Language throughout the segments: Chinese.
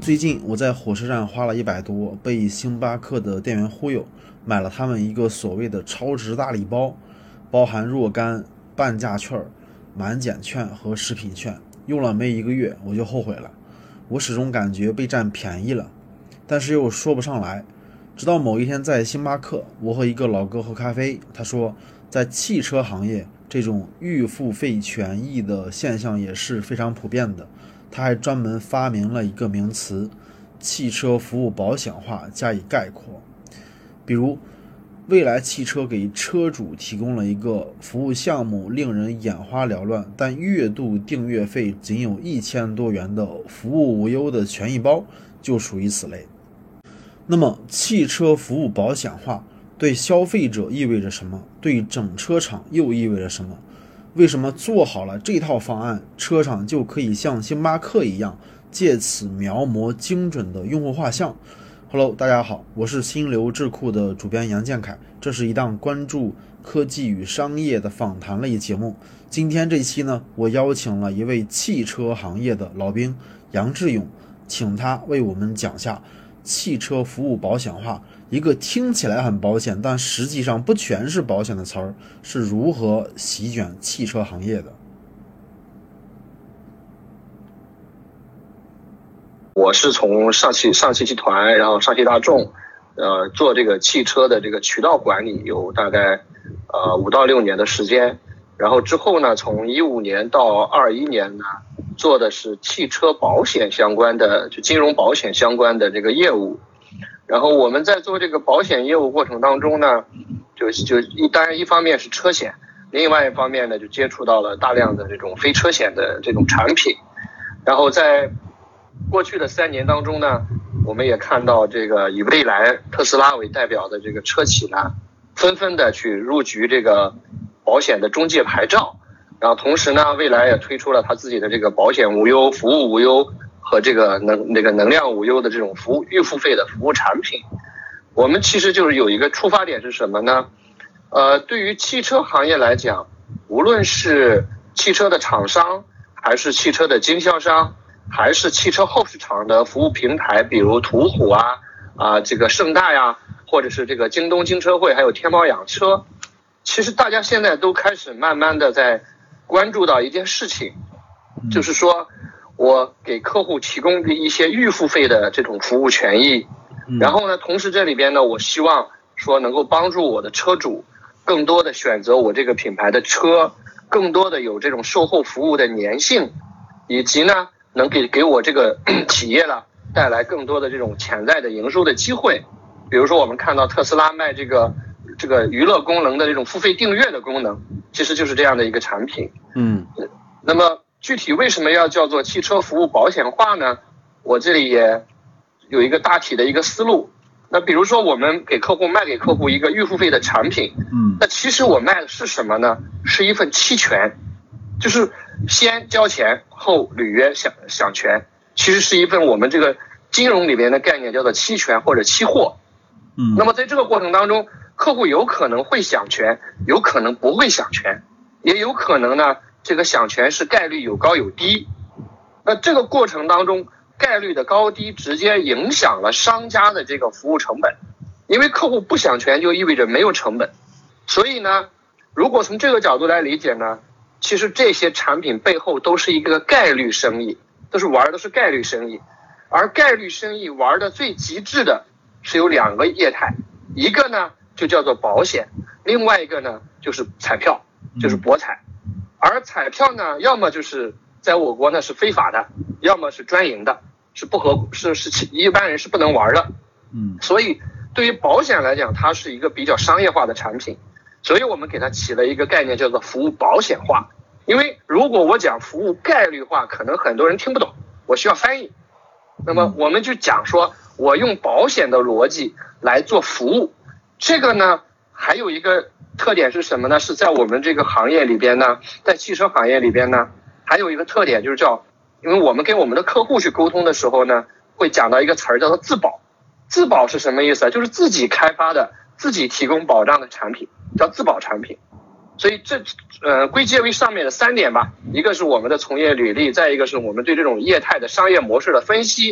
最近我在火车站花了100多，被星巴克的店员忽悠，买了他们一个所谓的超值大礼包，包含若干半价券、满减券和食品券，用了没1个月我就后悔了。我始终感觉被占便宜了，但是又说不上来。直到某一天在星巴克，我和一个老哥喝咖啡，他说在汽车行业这种预付费权益的现象也是非常普遍的。他还专门发明了一个名词，汽车服务保险化加以概括。比如蔚来汽车给车主提供了一个服务项目令人眼花缭乱，但月度订阅费仅有1000多元的服务无忧的权益包，就属于此类。那么汽车服务保险化对消费者意味着什么？对整车厂又意味着什么？为什么做好了这套方案，车厂就可以像星巴克一样，借此描摹精准的用户画像？Hello， 大家好，我是心流智库的主编杨建凯，这是一档关注科技与商业的访谈类节目。今天这期呢，我邀请了一位汽车行业的老兵杨志勇，请他为我们讲下汽车服务保险化，一个听起来很保险，但实际上不全是保险的词儿，是如何席卷汽车行业的。 我是从上汽集团，然后上汽大众，做这个汽车的这个渠道管理有大概5到6年的时间，然后之后呢，从15年到21年呢，做的是汽车保险相关的，就金融保险相关的这个业务。然后我们在做这个保险业务过程当中呢，当然一方面是车险，另外一方面呢就接触到了大量的这种非车险的这种产品。然后在过去的3年当中呢，我们也看到这个以蔚来、特斯拉为代表的这个车企呢，纷纷的去入局这个保险的中介牌照。然后同时呢，蔚来也推出了它自己的这个保险无忧、服务无忧和这个能量无忧的这种预付费的服务产品。我们其实就是有一个出发点是什么呢？对于汽车行业来讲，无论是汽车的厂商，还是汽车的经销商，还是汽车后市场的服务平台，比如途虎这个盛大呀，或者是这个京东京车会，还有天猫养车，其实大家现在都开始慢慢的在关注到一件事情，就是说我给客户提供一些预付费的这种服务权益，然后呢，同时这里边呢，我希望说能够帮助我的车主更多的选择我这个品牌的车，更多的有这种售后服务的粘性，以及呢能给我这个企业呢带来更多的这种潜在的营收的机会。比如说我们看到特斯拉卖这个娱乐功能的这种付费订阅的功能，其实就是这样的一个产品。那么具体为什么要叫做汽车服务保险化呢？我这里也有一个大体的一个思路。那比如说我们卖给客户一个预付费的产品，那其实我卖的是什么呢？是一份期权，就是先交钱后履约享权，其实是一份我们这个金融里面的概念叫做期权或者期货。那么在这个过程当中，客户有可能会享权，有可能不会享权，也有可能呢这个享权是概率有高有低。那这个过程当中概率的高低直接影响了商家的这个服务成本，因为客户不享权就意味着没有成本。所以呢，如果从这个角度来理解呢，其实这些产品背后都是一个概率生意，玩的是概率生意。而概率生意玩的最极致的是有2个业态，一个呢就叫做保险，另外一个呢就是彩票，就是博彩。而彩票呢，要么就是在我国呢是非法的，要么是专营的，是一般人是不能玩的。所以对于保险来讲，它是一个比较商业化的产品，所以我们给它起了一个概念叫做服务保险化。因为如果我讲服务概率化，可能很多人听不懂，我需要翻译。那么我们就讲说我用保险的逻辑来做服务。这个呢还有一个特点是什么呢？是在我们这个行业里边呢，在汽车行业里边呢，还有一个特点就是因为我们跟我们的客户去沟通的时候呢，会讲到一个词儿叫做自保。自保是什么意思啊？就是自己开发的、自己提供保障的产品，叫自保产品。所以这归结为上面的3点吧，一个是我们的从业履历，再一个是我们对这种业态的商业模式的分析，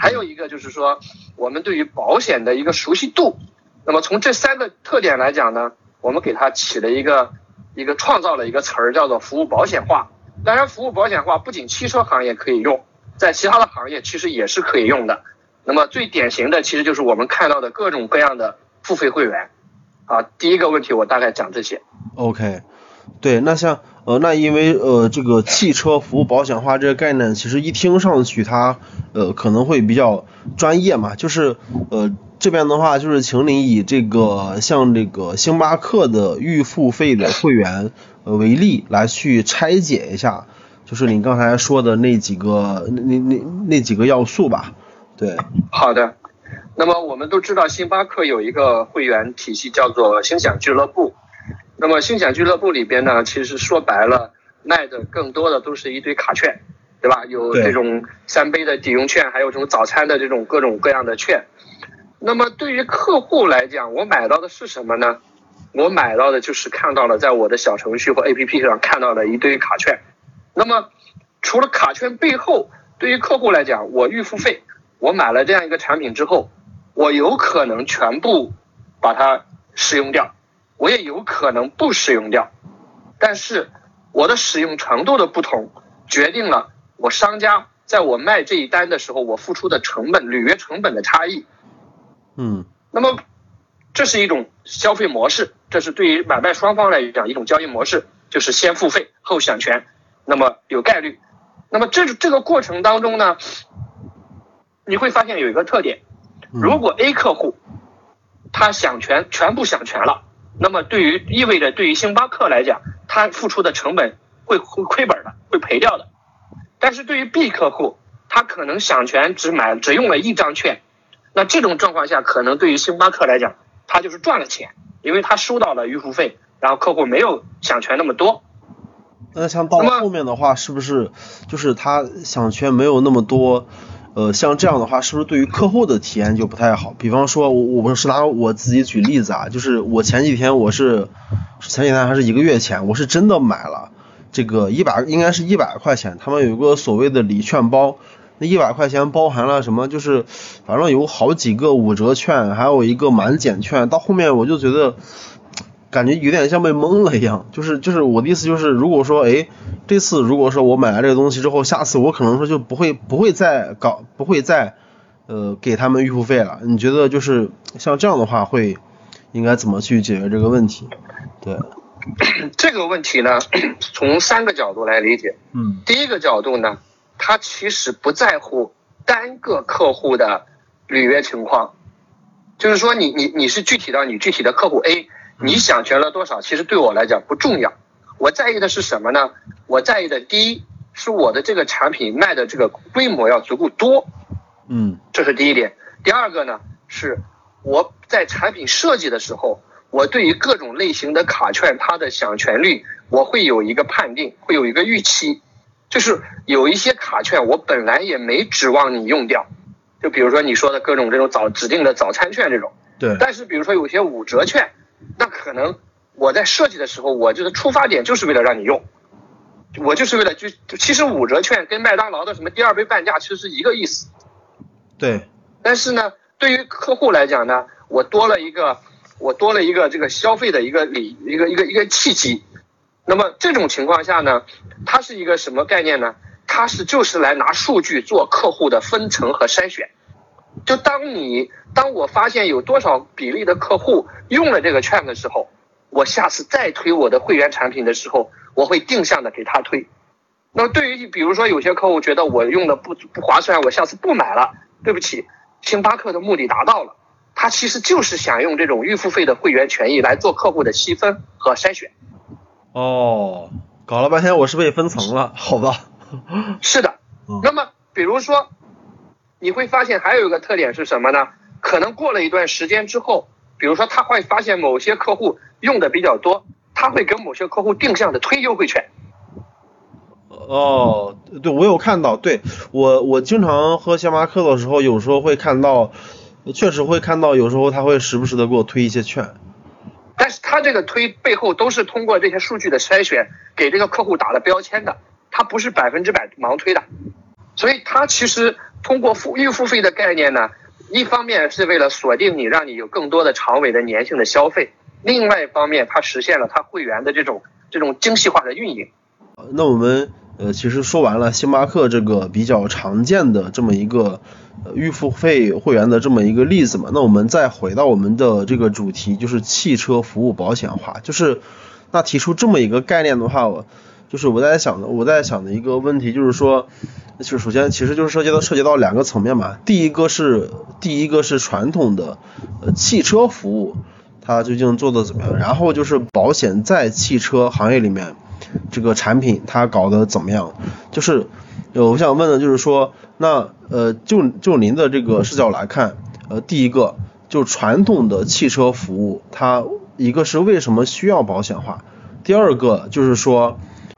还有一个就是说我们对于保险的一个熟悉度。那么从这3个特点来讲呢，我们给它起了一个创造了一个词儿，叫做服务保险化。当然服务保险化不仅汽车行业可以用，在其他的行业其实也是可以用的。那么最典型的其实就是我们看到的各种各样的付费会员啊。第一个问题我大概讲这些。 OK， 对，那像那因为这个汽车服务保险化这个概念，其实一听上去它可能会比较专业嘛，就是这边的话就是请你以这个像这个星巴克的预付费的会员为例来去拆解一下，就是你刚才说的那几个那几个要素吧。对， 好的。那么我们都知道星巴克有一个会员体系叫做星享俱乐部。那么星享俱乐部里边呢，其实说白了卖的更多的都是一堆卡券，对吧？有这种3杯的抵用券，还有这种早餐的这种各种各样的券。那么对于客户来讲，我买到的是什么呢？我买到的就是看到了在我的小程序或 APP 上看到了一堆卡券。那么除了卡券背后，对于客户来讲，我预付费，我买了这样一个产品之后，我有可能全部把它使用掉，我也有可能不使用掉，但是我的使用程度的不同，决定了我商家在我卖这一单的时候，我付出的成本、履约成本的差异。那么这是一种消费模式，这是对于买卖双方来讲一种交易模式，就是先付费后享权，那么有概率。那么这个过程当中呢，你会发现有一个特点，如果 A 客户他享权全部享权了，那么意味着对于星巴克来讲，他付出的成本会亏本的，会赔掉的。但是对于 B 客户，他可能享权只用了1张券，那这种状况下，可能对于星巴克来讲，他就是赚了钱，因为他收到了预付费，然后客户没有享权那么多。 那像到后面的话，是不是就是他享权没有那么多？像这样的话，是不是对于客户的体验就不太好？比方说，我是拿我自己举例子啊，就是我前几天还是1个月前，我是真的买了这个应该是100块钱，他们有一个所谓的礼券包，那100块钱包含了什么？就是反正有好几个5折券，还有一个满减券。到后面我就觉得，感觉有点像被蒙了一样。就是我的意思就是，如果说这次如果说我买了这个东西之后，下次我可能说就不会再给他们预付费了。你觉得就是像这样的话应该怎么去解决这个问题？对。 这个问题呢，从3个角度来理解。第一个角度呢，他其实不在乎单个客户的履约情况，就是说你是具体的客户 A， 你享权了多少，其实对我来讲不重要。我在意的是什么呢？我在意的第一是我的这个产品卖的这个规模要足够多，这是第一点。第二个呢，是我在产品设计的时候，我对于各种类型的卡券它的享权率我会有一个判定，会有一个预期。就是有一些卡券我本来也没指望你用掉，就比如说你说的各种这种指定的早餐券这种。 对。 但是比如说有些5折券，那可能我在设计的时候，我就是出发点就是为了让你用，我就是为了其实5折券跟麦当劳的什么第2杯半价其实是一个意思。 对。 但是呢，对于客户来讲呢，我多了一个这个消费的一个契机。那么这种情况下呢，它是一个什么概念呢？它就是来拿数据做客户的分层和筛选。就当我发现有多少比例的客户用了这个券的时候，我下次再推我的会员产品的时候，我会定向的给他推。那么对于比如说有些客户觉得我用的不划算，我下次不买了，对不起，星巴克的目的达到了，他其实就是想用这种预付费的会员权益来做客户的细分和筛选。 搞了半天我是被分层了，好吧。 是的。那么比如说你会发现还有一个特点是什么呢？可能过了一段时间之后，比如说他会发现某些客户用的比较多，他会跟某些客户定向的推优惠券。 对，我有看到。对，我经常喝星巴克的时候，有时候会看到，确实会看到，有时候他会时不时的给我推一些券。 但是他这个推背后都是通过这些数据的筛选给这个客户打了标签的，他不是100%盲推的。所以他其实通过预付费的概念呢，一方面是为了锁定你，让你有更多的长尾的粘性的消费，另外一方面它实现了它会员的这种精细化的运营。 那我们其实说完了星巴克这个比较常见的这么一个预付费会员的这么一个例子嘛，那我们再回到我们的这个主题，就是汽车服务保险化。就是那提出这么一个概念的话，我在想的一个问题就是说，就是首先其实就是涉及到两个层面嘛。第一个是传统的汽车服务它究竟做的怎么样，然后就是保险在汽车行业里面这个产品它搞得怎么样。就是我想问的就是说，那就您的这个视角来看，第一个就传统的汽车服务它一个是为什么需要保险化，第二个就是说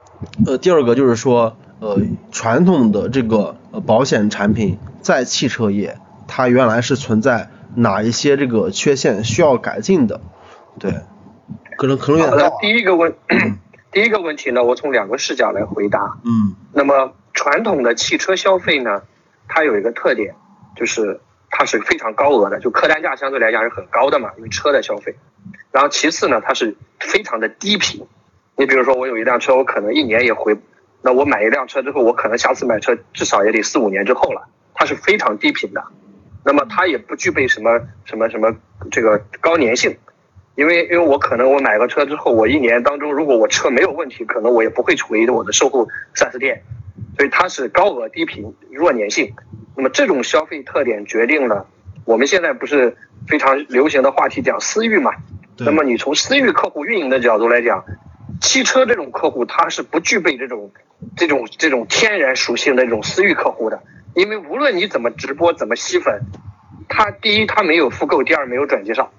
传统的这个保险产品在汽车业它原来是存在哪一些这个缺陷需要改进的。对，可能有点大。 第一个问题呢，我从两个视角来回答。那么传统的汽车消费呢，它有一个特点，就是它是非常高额的，就客单价相对来讲是很高的嘛，因为车的消费。然后其次呢，它是非常的低频。你比如说我有一辆车，我可能一年也那我买一辆车之后，我可能下次买车至少也得4-5年之后了，它是非常低频的。那么它也不具备什么这个高粘性。因为我可能我买个车之后，我一年当中如果我车没有问题，可能我也不会回我的售后 4S 店，所以它是高额低频弱粘性。那么这种消费特点决定了我们现在不是非常流行的话题讲私域嘛？那么你从私域客户运营的角度来讲，汽车这种客户他是不具备这种天然属性的这种私域客户的，因为无论你怎么直播怎么吸粉，他第一他没有复购，第二没有转介绍。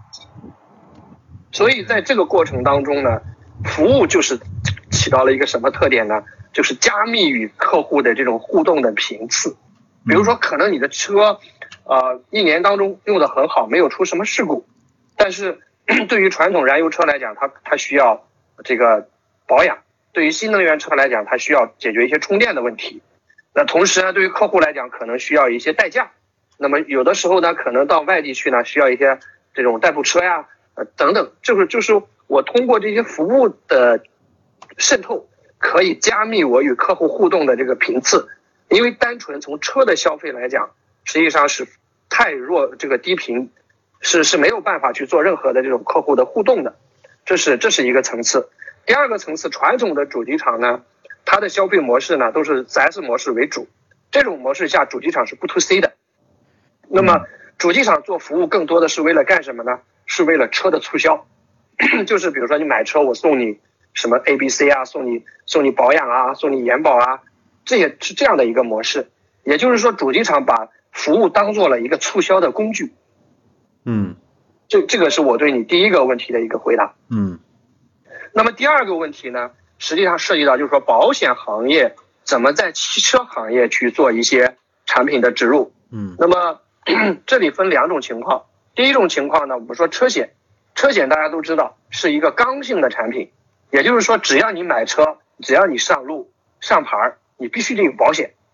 所以在这个过程当中呢，服务就是起到了一个什么特点呢？就是加密与客户的这种互动的频次。比如说可能你的车一年当中用的很好，没有出什么事故，但是对于传统燃油车来讲，它需要这个保养，对于新能源车来讲，它需要解决一些充电的问题。那同时呢，对于客户来讲可能需要一些代驾，那么有的时候呢可能到外地去呢需要一些这种代步车呀等等，就是我通过这些服务的渗透，可以加密我与客户互动的这个频次。因为单纯从车的消费来讲，实际上是太弱，这个低频是没有办法去做任何的这种客户的互动的，这是一个层次。第二个层次，传统的主机厂呢，它的消费模式呢都是 4S 模式为主，这种模式下主机厂是不 to C 的。那么主机厂做服务更多的是为了干什么呢？是为了车的促销，就是比如说你买车我送你什么 ABC 啊，送你保养啊，送你延保啊，这也是这样的一个模式。也就是说主机厂把服务当做了一个促销的工具。这个是我对你第一个问题的一个回答。那么第二个问题呢，实际上涉及到就是说保险行业怎么在汽车行业去做一些产品的植入。那么这里分两种情况。第一种情况呢，我们说车险大家都知道是一个刚性的产品，也就是说只要你买车，只要你上路上牌，你必须得有保险。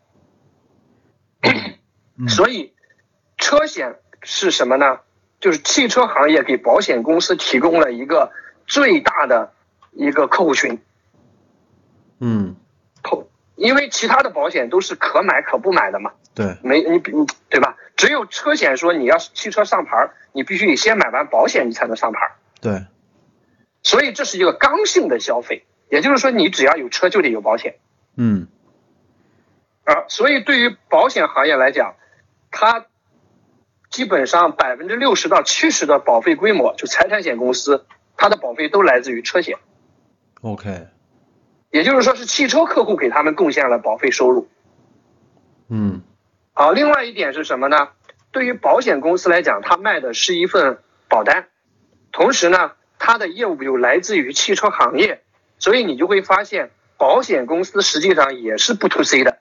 所以车险是什么呢？就是汽车行业给保险公司提供了一个最大的一个客户群。因为其他的保险都是可买可不买的嘛。 对， 对吧？只有车险说你要汽车上牌，你必须得先买完保险你才能上牌。 对， 所以这是一个刚性的消费，也就是说你只要有车就得有保险。所以对于保险行业来讲，它基本上60%到70%的保费规模，就财产险公司，它的保费都来自于车险。 OK， 也就是说是汽车客户给他们贡献了保费收入。另外一点是什么呢？对于保险公司来讲，它卖的是一份保单，同时呢，它的业务又来自于汽车行业，所以你就会发现，保险公司实际上也是不 to C 的。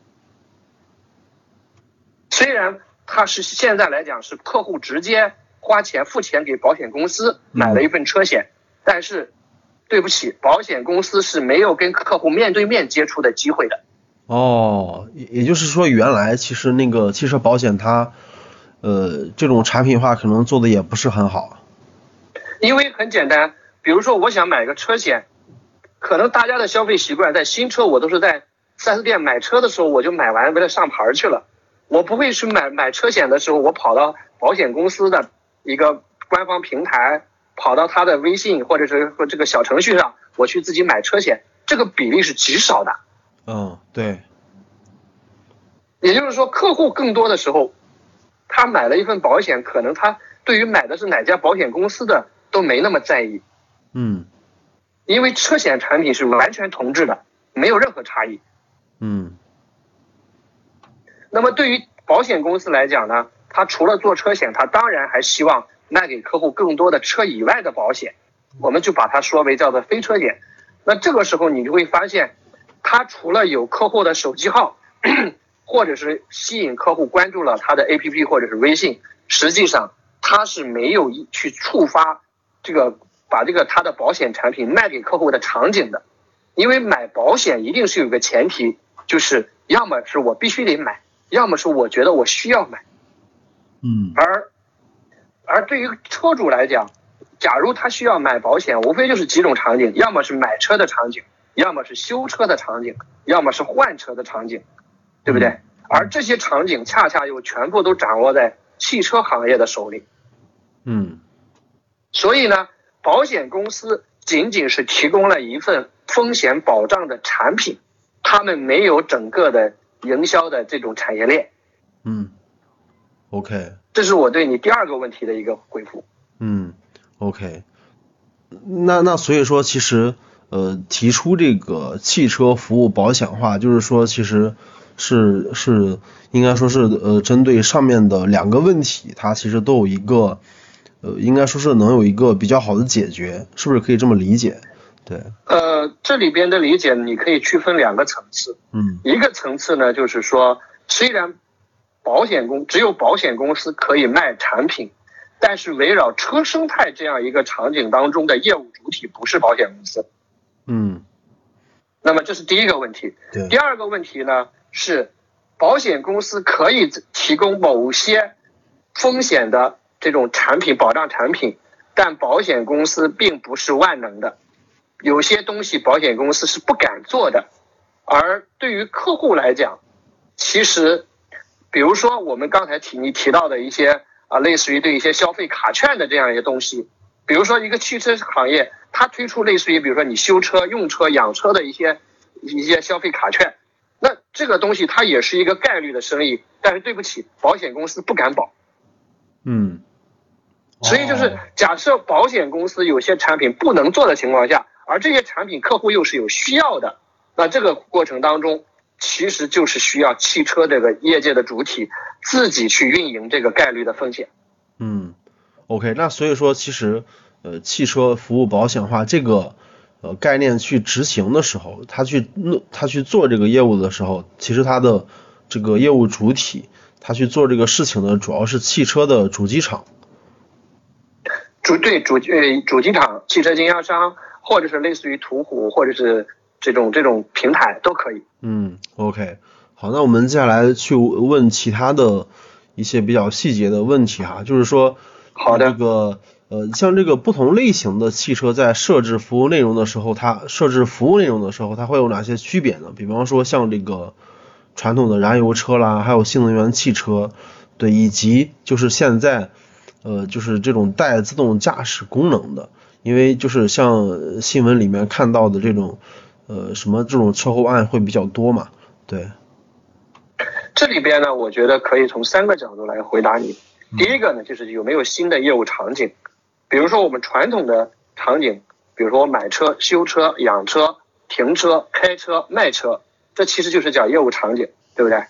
虽然它是现在来讲是客户直接付钱给保险公司买了一份车险，但是对不起，保险公司是没有跟客户面对面接触的机会的。 哦，也就是说，原来其实那个汽车保险它，这种产品化可能做的也不是很好。 因为很简单，比如说我想买个车险，可能大家的消费习惯，在新车我都是在 4S 店买车的时候我就买完为了上牌去了，我不会去买车险的时候，我跑到保险公司的一个官方平台，跑到他的微信或者是这个小程序上，我去自己买车险，这个比例是极少的。 嗯，对。 也就是说，客户更多的时候，他买了一份保险，可能他对于买的是哪家保险公司的都没那么在意。 嗯因为车险产品是完全同质的，没有任何差异。 嗯那么对于保险公司来讲呢，他除了做车险，他当然还希望卖给客户更多的车以外的保险，我们就把它说为叫做非车险。那这个时候你就会发现，他除了有客户的手机号，或者是吸引客户关注了他的 APP 或者是微信，实际上他是没有去触发这个把这个他的保险产品卖给客户的场景的。因为买保险一定是有个前提，就是要么是我必须得买，要么是我觉得我需要买。而对于车主来讲，假如他需要买保险，无非就是几种场景，要么是买车的场景，要么是修车的场景，要么是换车的场景，对不对？而这些场景恰恰又全部都掌握在汽车行业的手里。所以呢，保险公司仅仅是提供了一份风险保障的产品，他们没有整个的营销的这种产业链。 OK。 这是我对你第二个问题的一个回复。 OK。那所以说，其实提出这个汽车服务保险化，就是说其实是应该说是针对上面的两个问题，它其实都有一个应该说是能有一个比较好的解决，是不是可以这么理解？对。 这里边的理解你可以区分两个层次。一个层次呢，就是说虽然只有保险公司可以卖产品，但是围绕车生态这样一个场景当中的业务主体不是保险公司。那么这是第一个问题。第二个问题呢，是保险公司可以提供某些风险的这种产品，保障产品，但保险公司并不是万能的，有些东西保险公司是不敢做的。而对于客户来讲，其实比如说我们刚才你提到的一些类似于对一些消费卡券的这样一些东西，比如说一个汽车行业，它推出类似于比如说你修车、用车、养车的一些消费卡券，那这个东西它也是一个概率的生意，但是对不起，保险公司不敢保。所以就是假设保险公司有些产品不能做的情况下，而这些产品客户又是有需要的，那这个过程当中其实就是需要汽车这个业界的主体自己去运营这个概率的风险。 OK。 那所以说其实汽车服务保险化这个概念去执行的时候，他去做这个业务的时候，其实他的这个业务主体，他去做这个事情的主要是汽车的主机厂。 主机厂、汽车经销商，或者是类似于途虎，或者是这种平台都可以。 OK。 好，那我们接下来去问其他的一些比较细节的问题哈，就是说好的， 这个像这个不同类型的汽车在设置服务内容的时候，它会有哪些区别呢？比方说像这个传统的燃油车啦，还有新能源汽车，对，以及就是现在就是这种带自动驾驶功能的，因为就是像新闻里面看到的这种什么这种车祸案会比较多嘛。对。 这里边呢，我觉得可以从3个角度来回答你。第一个呢，就是有没有新的业务场景，比如说我们传统的场景，比如说买车、修车、养车、停车、开车、卖车，这其实就是叫业务场景，对不对？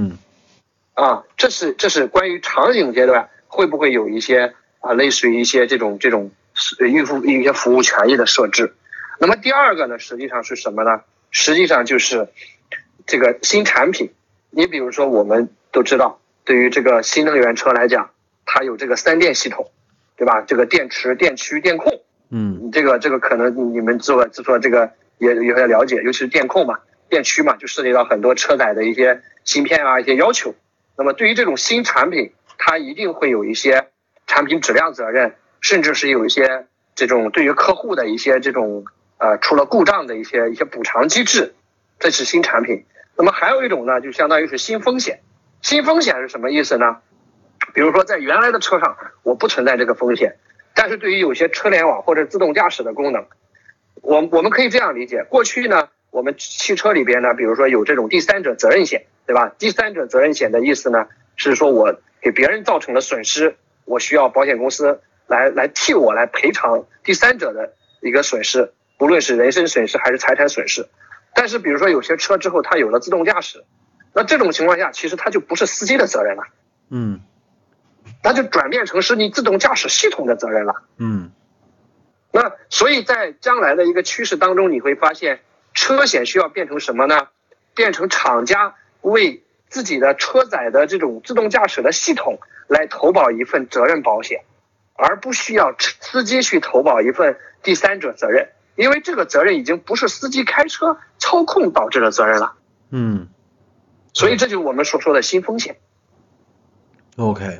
这是关于场景阶段会不会有一些类似于一些这种预付一些服务权益的设置。那么第二个呢，实际上是什么呢？实际上就是这个新产品。你比如说我们都知道，对于这个新能源车来讲，它有这个3电系统，对吧？这个电池、电驱、电控。这个可能你们做这个也了解，尤其是电控嘛。 电驱嘛，就涉及到很多车载的一些芯片啊一些要求。那么对于这种新产品，它一定会有一些产品质量责任，甚至是有一些这种对于客户的一些这种出了故障的一些补偿机制，这是新产品。那么还有一种呢，就相当于是新风险。新风险是什么意思呢？比如说在原来的车上我不存在这个风险，但是对于有些车联网或者自动驾驶的功能，我们可以这样理解，过去呢我们汽车里边呢，比如说有这种第三者责任险，对吧？第三者责任险的意思呢是说我给别人造成的损失，我需要保险公司来替我来赔偿第三者的一个损失，不论是人身损失还是财产损失。但是比如说有些车之后它有了自动驾驶，那这种情况下其实它就不是司机的责任了，它就转变成是你自动驾驶系统的责任了。那所以在将来的一个趋势当中，你会发现车险需要变成什么呢？变成厂家为自己的车载的这种自动驾驶的系统来投保一份责任保险，而不需要司机去投保一份第三者责任，因为这个责任已经不是司机开车操控导致的责任了。所以这就是我们所说的新风险。 OK。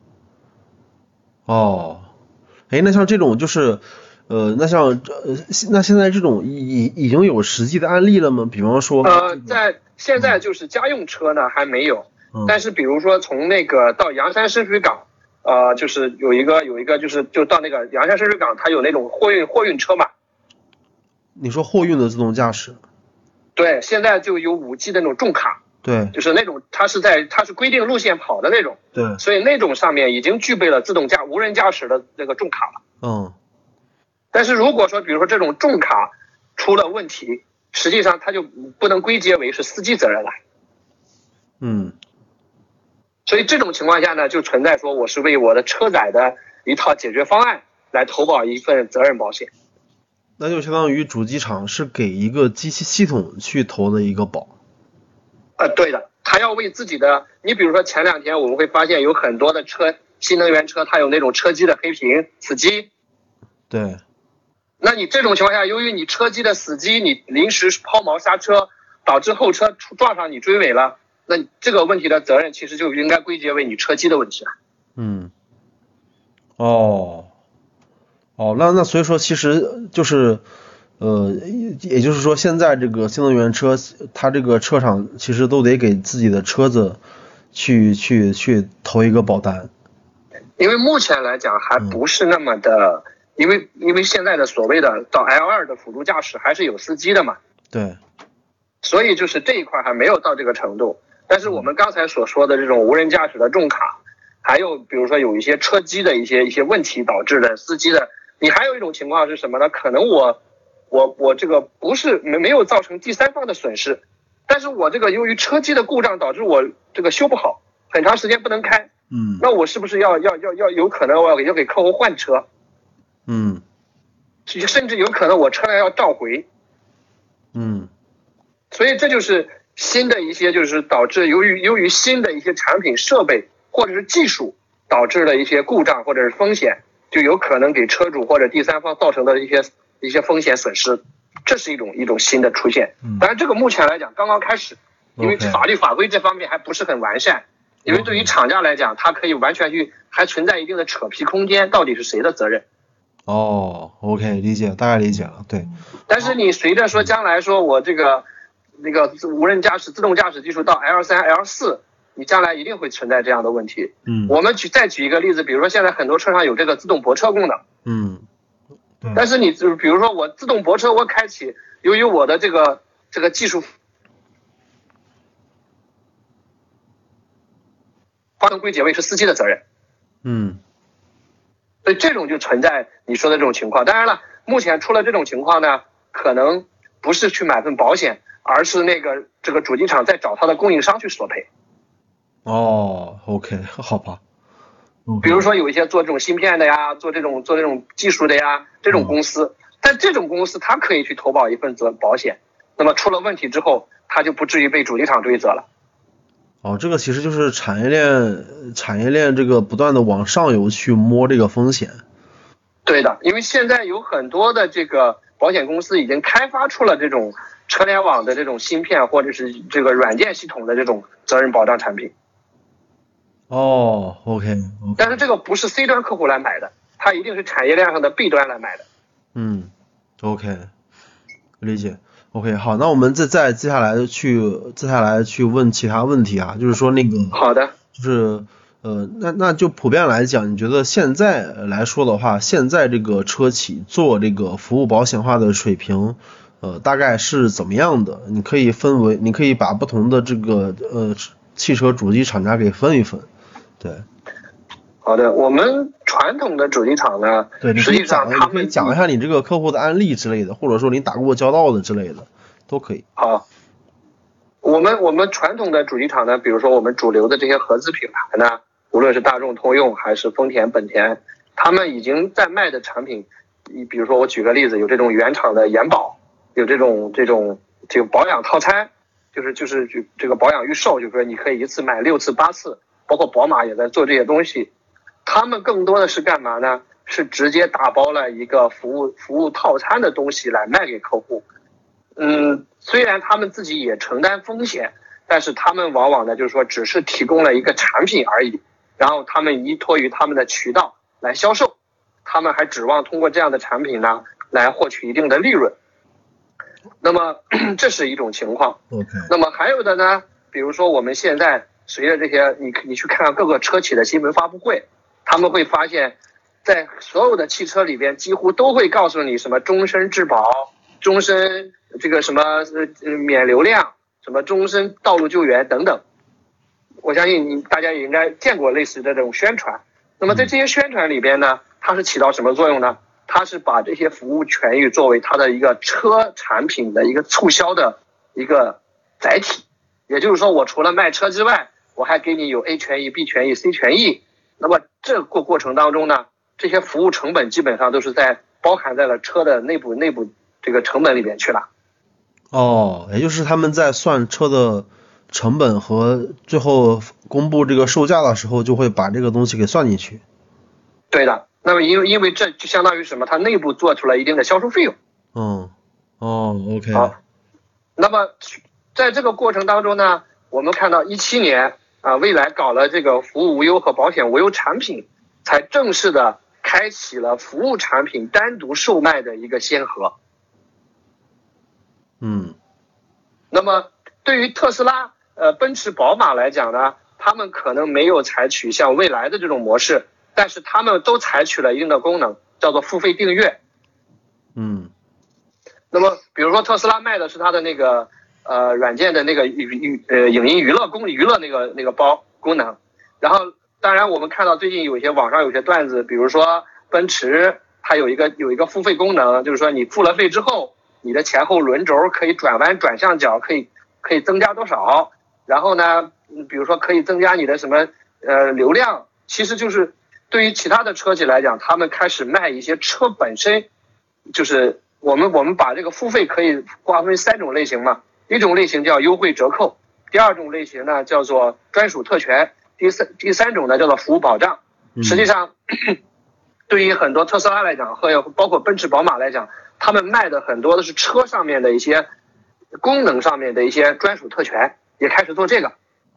那像这种就是那现在这种已经有实际的案例了吗？比方说在现在就是家用车呢还没有，但是比如说从那个到阳山深水港，就是有一个就到那个阳山深水港，它有那种货运车嘛。 你说货运的自动驾驶？ 对，现在就有5G 的那种重卡。 对， 就是那种它是规定路线跑的那种。 对， 所以那种上面已经具备了无人驾驶的那个重卡了。但是如果说比如说这种重卡出了问题，实际上它就不能归结为是司机责任了。所以这种情况下呢，就存在说我是为我的车载的一套解决方案来投保一份责任保险。 那就相当于主机厂是给一个机器系统去投的一个保。 对的，他要为自己的，你比如说前2天我们会发现有很多的新能源车，它有那种车机的黑屏死机。 对。 那你这种情况下，由于你车机的死机，你临时抛锚刹车，导致后车撞上你追尾了，那这个问题的责任其实就应该归结为你车机的问题了。 那所以说其实就是也就是说现在这个新能源车它这个车厂其实都得给自己的车子去投一个保单。 因为目前来讲还不是那么的，因为现在的所谓的到 L2 的辅助驾驶还是有司机的嘛。 对。 所以就是这一块还没有到这个程度。但是我们刚才所说的这种无人驾驶的重卡，还有比如说有一些车机的一些问题导致的司机的，你还有一种情况是什么呢？可能我这个不是没有造成第三方的损失，但是我这个由于车机的故障导致我这个修不好，很长时间不能开。那我是不是要有可能我要给客户换车？甚至有可能我车辆要召回。所以这就是新的一些就是导致由于新的一些产品设备或者是技术导致的一些故障或者是风险，就有可能给车主或者第三方造成的一些风险损失，这是一种新的出现。当然这个目前来讲刚刚开始，因为法律法规这方面还不是很完善。因为对于厂家来讲，它可以完全还存在一定的扯皮空间，到底是谁的责任 ？OK， 理解，大概理解了。对。 但是你随着说将来说我那个无人驾驶自动驾驶技术到 L3、L4， 你将来一定会存在这样的问题。我们再举一个例子，比如说现在很多车上有这个自动泊车功能。但是你比如说我自动泊车我开启，由于我的这个技术不能归结为是司机的责任。所以这种就存在你说的这种情况。当然了，目前出了这种情况呢，可能不是去买份保险，而是这个主机厂在找他的供应商去索赔。 OK， 好吧。 比如说有一些做这种芯片的呀，做这种技术的呀，这种公司，但这种公司它可以去投保一份保险，那么出了问题之后，它就不至于被主机厂追责了。 这个其实就是产业链这个不断的往上游去摸这个风险。对的，因为现在有很多的这个保险公司已经开发出了这种车联网的这种芯片或者是这个软件系统的这种责任保障产品。 哦 ，OK， 但是这个不是 C 端客户来买的，它一定是产业链上的 B 端来买的。 OK， 理解。OK， 好，那我们接下来去问其他问题啊，就是说那个好的， 就是那就普遍来讲，你觉得现在来说的话，现在这个车企做这个服务保险化的水平，大概是怎么样的？你可以把不同的这个汽车主机厂家给分一分，对。 好的，我们传统的主机厂呢， 对， 实际上他们讲一下你这个客户的案例之类的，或者说你打过交道的之类的，都可以。 好，我们传统的主机厂呢，比如说我们主流的这些合资品牌呢，无论是大众、通用还是丰田、本田，他们已经在卖的产品，比如说我举个例子，有这种原厂的延保，有这个保养套餐，就是这个保养预售，就是说你可以一次买6次、8次，包括宝马也在做这些东西。他们更多的是干嘛呢？是直接打包了一个服务套餐的东西来卖给客户。虽然他们自己也承担风险，但是他们往往呢就是说只是提供了一个产品而已，然后他们依托于他们的渠道来销售，他们还指望通过这样的产品呢来获取一定的利润。那么这是一种情况。那么还有的呢，比如说我们现在随着这些你去看看各个车企的新闻发布会，他们会发现在所有的汽车里边几乎都会告诉你什么终身质保，终身这个什么免流量，什么终身道路救援等等。我相信大家也应该见过类似的这种宣传。那么在这些宣传里边呢，它是起到什么作用呢？它是把这些服务权益作为它的一个车产品的一个促销的一个载体。也就是说，我除了卖车之外，我还给你有 A 权益、B 权益、C 权益。那么这个过程当中呢，这些服务成本基本上都是包含在了车的内部这个成本里边去了。 也就是他们在算车的成本和最后公布这个售价的时候，就会把这个东西给算进去。 对的。那么因为这就相当于什么？它内部做出了一定的销售费用。 OK。 好，那么在这个过程当中呢，我们看到17年蔚来搞了这个服务无忧和保险无忧产品，才正式的开启了服务产品单独售卖的一个先河。那么对于特斯拉、奔驰、宝马来讲呢，他们可能没有采取像蔚来的这种模式，但是他们都采取了一定的功能，叫做付费订阅。那么比如说特斯拉卖的是它的那个软件的那个影音娱乐那个包功能，然后当然我们看到最近网上有些段子，比如说奔驰它有一个付费功能，就是说你付了费之后，你的前后轮轴可以转弯转向角可以增加多少，然后呢比如说可以增加你的什么流量。其实就是对于其他的车企来讲，他们开始卖一些车本身，就是我们把这个付费可以划分3种类型嘛。一种类型叫优惠折扣，第2种类型呢叫做专属特权，第三种呢叫做服务保障。实际上对于很多特斯拉来讲，和包括奔驰宝马来讲，他们卖的很多的是车上面的一些功能上面的一些专属特权，也开始做这个。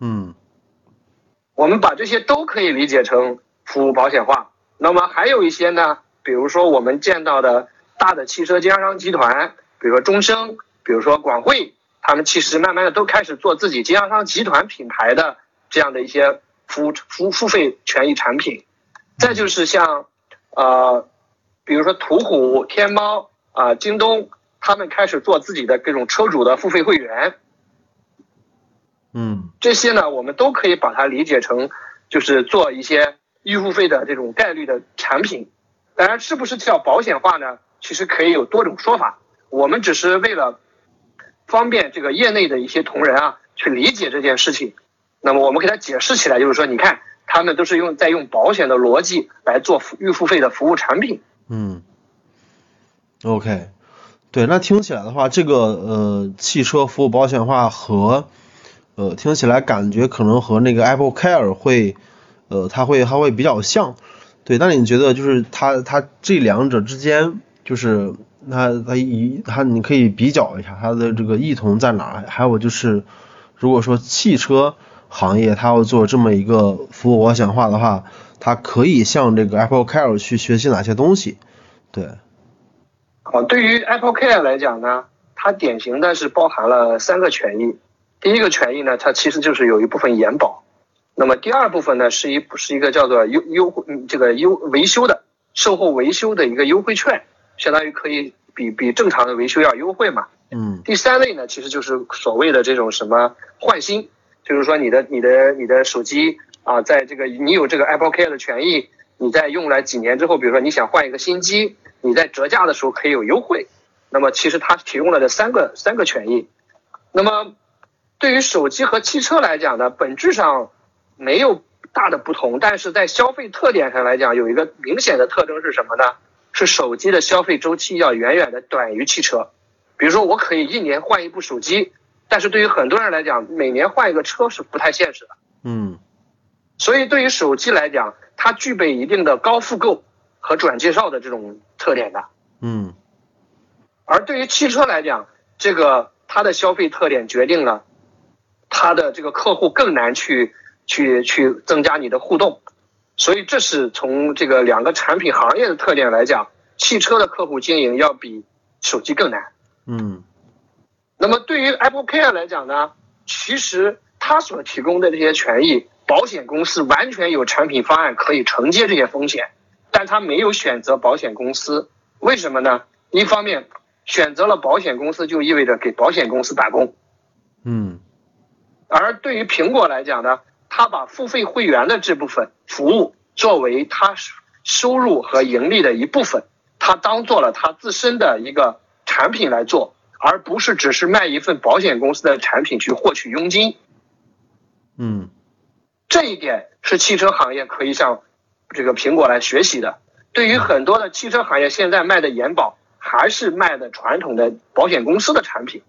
我们把这些都可以理解成服务保险化。那么还有一些呢，比如说我们见到的大的汽车经销商集团，比如说中升，比如说广汇，他们其实慢慢的都开始做自己经销商集团品牌的这样的一些付费权益产品。再就是像比如说途虎、天猫京东，他们开始做自己的这种车主的付费会员。这些呢我们都可以把它理解成就是做一些预付费的这种概率的产品。当然是不是叫保险化呢，其实可以有多种说法，我们只是为了方便这个业内的一些同仁去理解这件事情。那么我们给它解释起来，就是说你看他们都是在用保险的逻辑来做预付费的服务产品。 OK， 对，那听起来的话，这个汽车服务保险化和听起来感觉可能和那个 Apple Care 会它会比较像。对，那你觉得就是它这两者之间，就就是你可以比较一下它的这个异同在哪，还有就是如果说汽车行业它要做这么一个服务保险化的话，它可以向这个 Apple Care 去学习哪些东西？对。 对于 Apple Care 来讲呢，它典型的是包含了3个权益。第一个权益呢，它其实就是有一部分延保。那么第二部分呢，是一个叫做维修的售后维修的一个优惠券，相当于可以比正常的维修要优惠嘛。第三类呢，其实就是所谓的这种什么换新，就是说你的手机啊，在这个你有这个 Apple Care 的权益，你在用来几年之后，比如说你想换一个新机，你在折价的时候可以有优惠。那么其实它提供了这三个权益。那么对于手机和汽车来讲呢，本质上没有大的不同，但是在消费特点上来讲，有一个明显的特征是什么呢？是手机的消费周期要远远的短于汽车。比如说我可以1年换一部手机，但是对于很多人来讲，每年换一个车是不太现实的。所以对于手机来讲，它具备一定的高复购和转介绍的这种特点的。而对于汽车来讲，这个它的消费特点决定了它的这个客户更难去增加你的互动。所以这是从这个2个产品行业的特点来讲，汽车的客户经营要比手机更难。那么对于 Apple Care 来讲呢，其实它所提供的这些权益，保险公司完全有产品方案可以承接这些风险，但它没有选择保险公司。为什么呢？一方面选择了保险公司就意味着给保险公司打工。而对于苹果来讲呢，它把付费会员的这部分服务作为它收入和盈利的一部分，它当做了它自身的一个产品来做，而不是只是卖一份保险公司的产品去获取佣金。这一点是汽车行业可以向这个苹果来学习的。对于很多的汽车行业现在卖的延保，还是卖的传统的保险公司的产品。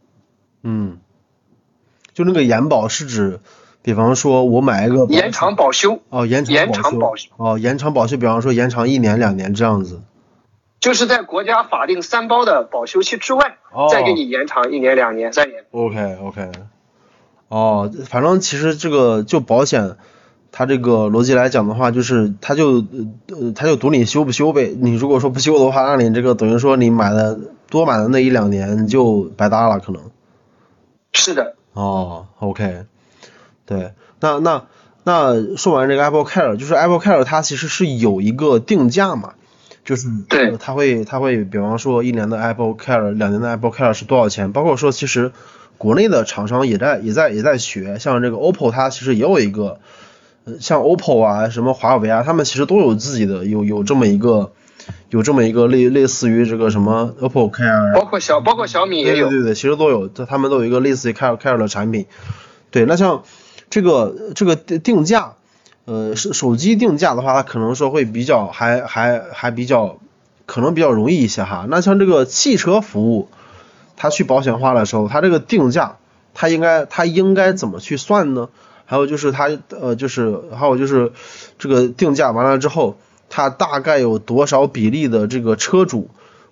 就那个延保是指，比方说我买一个延长保修。 延长保修。延长保修，比方说延长1年2年这样子。 就是在国家法定3包的保修期之外，再给你延长1年2年3年。 OK。反正其实这个就保险，它这个逻辑来讲的话，就是它就赌你修不修呗。你如果说不修的话，那你这个等于说你多买的那1-2年就白搭了，可能。 是的。 OK。对，那说完这个 Apple Care， 就是 Apple Care 它其实是有一个定价嘛，就是对， 它会比方说1年的 Apple Care 2年的 Apple Care 是多少钱，包括说其实国内的厂商也在学，像这个 OPPO 它其实也有一个，像 OPPO 啊什么华为啊，他们其实都有自己的有这么一个类似于这个什么 Apple Care， 包括小米也有。 对，其实都有，他们都有一个类似于 Care 的产品。对，那像这个定价，手机定价的话，它可能说会比较还比较可能比较容易一些哈。那像这个汽车服务，它去保险化的时候，它这个定价，它应该怎么去算呢？还有就是还有就是这个定价完了之后，它大概有多少比例的这个车主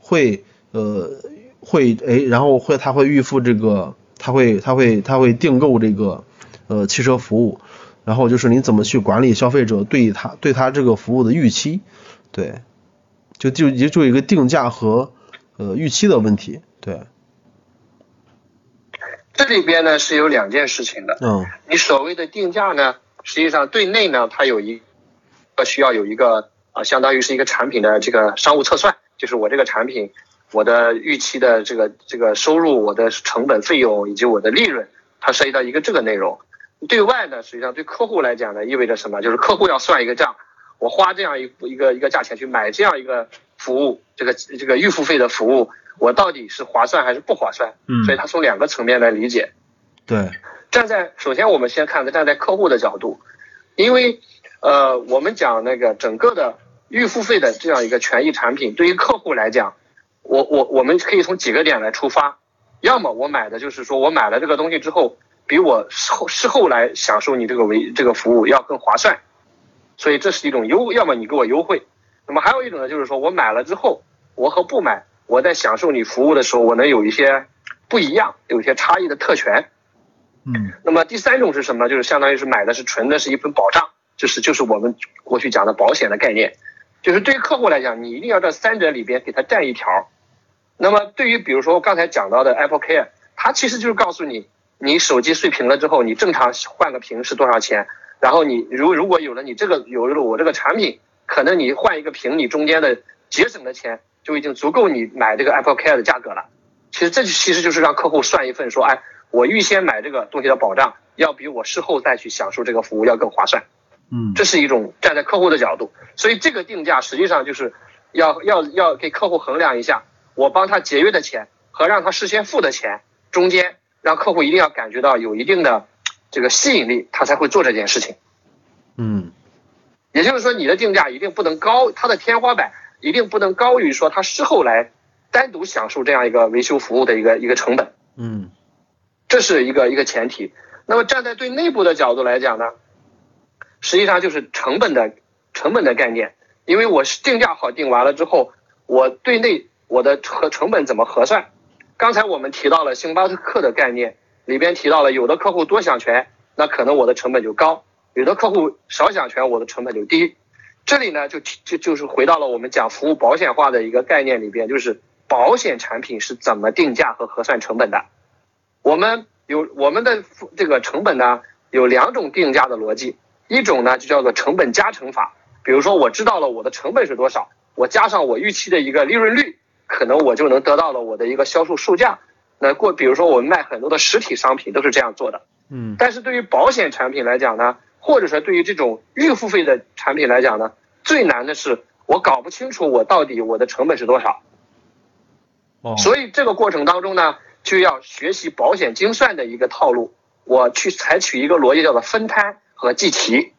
然后他会预付这个，他会订购这个汽车服务，然后就是你怎么去管理消费者对他这个服务的预期。对，就有一个定价和预期的问题。对， 这里边呢是有2件事情的。你所谓的定价呢，实际上对内呢它需要有一个相当于是一个产品的这个商务测算，就是我这个产品我的预期的这个收入，我的成本费用以及我的利润，它涉及到一个这个内容。对外呢，实际上对客户来讲呢，意味着什么？就是客户要算一个账，我花这样一个价钱去买这样一个服务，这个预付费的服务，我到底是划算还是不划算？所以它从2个层面来理解。 对， 首先我们先看站在客户的角度，因为我们讲那个整个的预付费的这样一个权益产品，对于客户来讲，我们可以从几个点来出发。要么我买的就是说我买了这个东西之后，比我事后来享受你这个服务要更划算，所以这是一种要么你给我优惠。那么还有一种呢，就是说我买了之后，我和不买我在享受你服务的时候，我能有一些不一样，有一些差异的特权。那么第三种是什么？就是相当于是买的是纯的是一份保障，就是我们过去讲的保险的概念。就是对于客户来讲，你一定要这三者里边给他占一条。那么对于比如说我刚才讲到的 Apple Care， 它其实就是告诉你，你手机碎屏了之后，你正常换个屏是多少钱，然后你如果有了我这个产品，可能你换一个屏，你中间的节省的钱就已经足够你买这个 Apple Care 的价格了。其实这其实就是让客户算一份说，哎，我预先买这个东西的保障，要比我事后再去享受这个服务要更划算。这是一种站在客户的角度，所以这个定价实际上就是要给客户衡量一下，我帮他节约的钱和让他事先付的钱中间，让客户一定要感觉到有一定的这个吸引力，他才会做这件事情。也就是说你的定价一定不能高，它的天花板一定不能高于说他事后来单独享受这样一个维修服务的一个成本。这是一个前提。那么站在对内部的角度来讲呢，实际上就是成本的概念。因为我是定价好定完了之后，我对内我的成本怎么核算？刚才我们提到了星巴克的概念，里边提到了有的客户多享权，那可能我的成本就高；有的客户少享权，我的成本就低。这里呢就是回到了我们讲服务保险化的一个概念里边，就是保险产品是怎么定价和核算成本的。我们的这个成本呢有两种定价的逻辑，一种呢就叫做成本加成法。比如说我知道了我的成本是多少，我加上我预期的一个利润率，可能我就能得到了我的一个销售售价。那比如说我们卖很多的实体商品都是这样做的。但是对于保险产品来讲呢，或者说对于这种预付费的产品来讲呢，最难的是我搞不清楚我到底我的成本是多少。所以这个过程当中呢，就要学习保险精算的一个套路，我去采取一个逻辑叫做分摊和计提。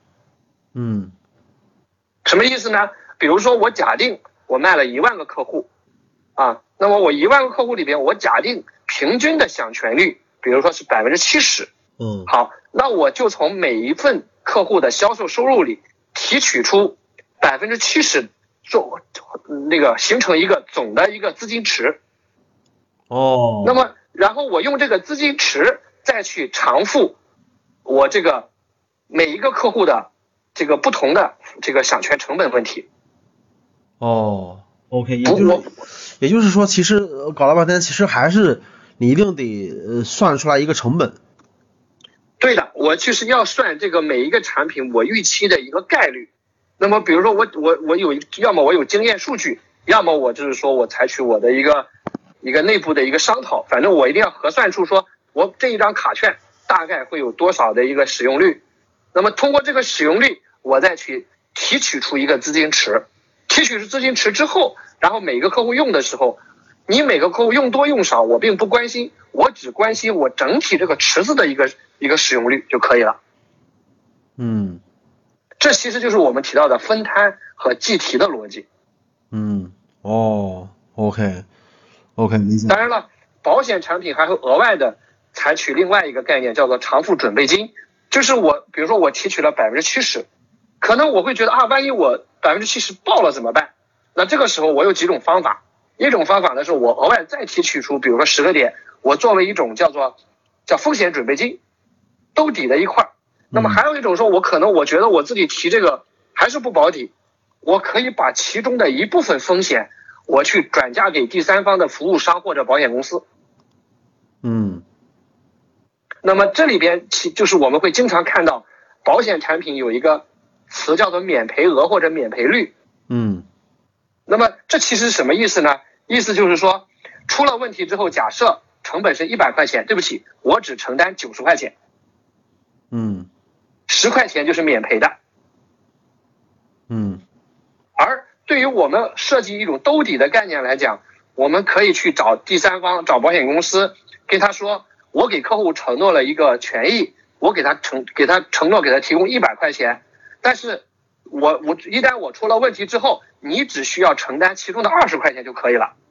什么意思呢？比如说我假定我卖了1万个客户啊，那么我1万个客户里边，我假定平均的享权率，比如说是70%。好，那我就从每一份客户的销售收入里提取出70%，形成一个总的一个资金池。那么然后我用这个资金池再去偿付我这个每一个客户的这个不同的这个享权成本问题。 OK， 也就是说，其实搞了半天，其实还是你一定得算出来一个成本。 对的，我就是要算这个每一个产品我预期的一个概率。那么比如说我有，要么我有经验数据，要么我就是说我采取我的一个内部的一个商讨，反正我一定要核算出说我这一张卡券大概会有多少的一个使用率。那么通过这个使用率，我再去提取出一个资金池。提取出资金池之后，然后每个客户用的时候，你每个客户用多用少我并不关心，我只关心我整体这个池子的一个使用率就可以了。这其实就是我们提到的分摊和计提的逻辑。 OK， 理解。 当然了，保险产品还会额外的采取另外一个概念，叫做偿付准备金。就是比如说我提取了70%，可能我会觉得万一我70%爆了怎么办？那这个时候我有几种方法。一种方法呢是我额外再提取出，比如说10个点，我作为一种叫风险准备金，兜底的一块。那么还有一种说，我觉得我自己提这个还是不保底，我可以把其中的一部分风险我去转嫁给第三方的服务商或者保险公司。那么这里边就是我们会经常看到保险产品有一个词叫做免赔额或者免赔率。那么这其实是什么意思呢？意思就是说，出了问题之后，假设成本是100块钱，对不起，我只承担90块钱，10块钱就是免赔的。而对于我们设计一种兜底的概念来讲，我们可以去找第三方，找保险公司，跟他说，我给客户承诺了一个权益，我给他承诺给他提供100块钱，但是我一旦我出了问题之后，你只需要承担其中的20块钱就可以了。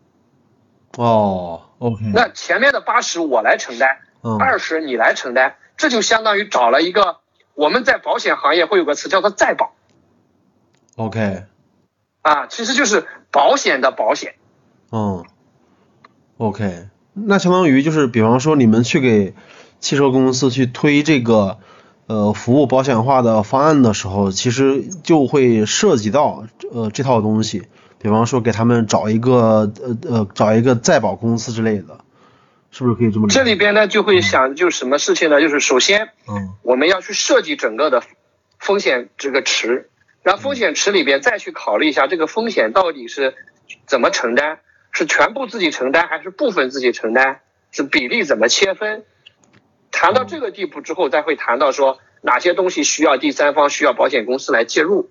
OK。 那前面的80我来承担，20你来承担，这就相当于找了一个，我们在保险行业会有个词叫做再保。 OK。 其实就是保险的保险。 嗯 OK， 那相当于就是比方说你们去给汽车公司去推这个服务保险化的方案的时候，其实就会涉及到这套东西，比方说给他们找一个再保公司之类的，是不是可以这么理解？ 这里边呢就会想就是什么事情呢？就是首先我们要去设计整个的风险这个池，然后风险池里边再去考虑一下这个风险到底是怎么承担，是全部自己承担还是部分自己承担，是比例怎么切分。谈到这个地步之后，再会谈到说哪些东西需要第三方，需要保险公司来介入。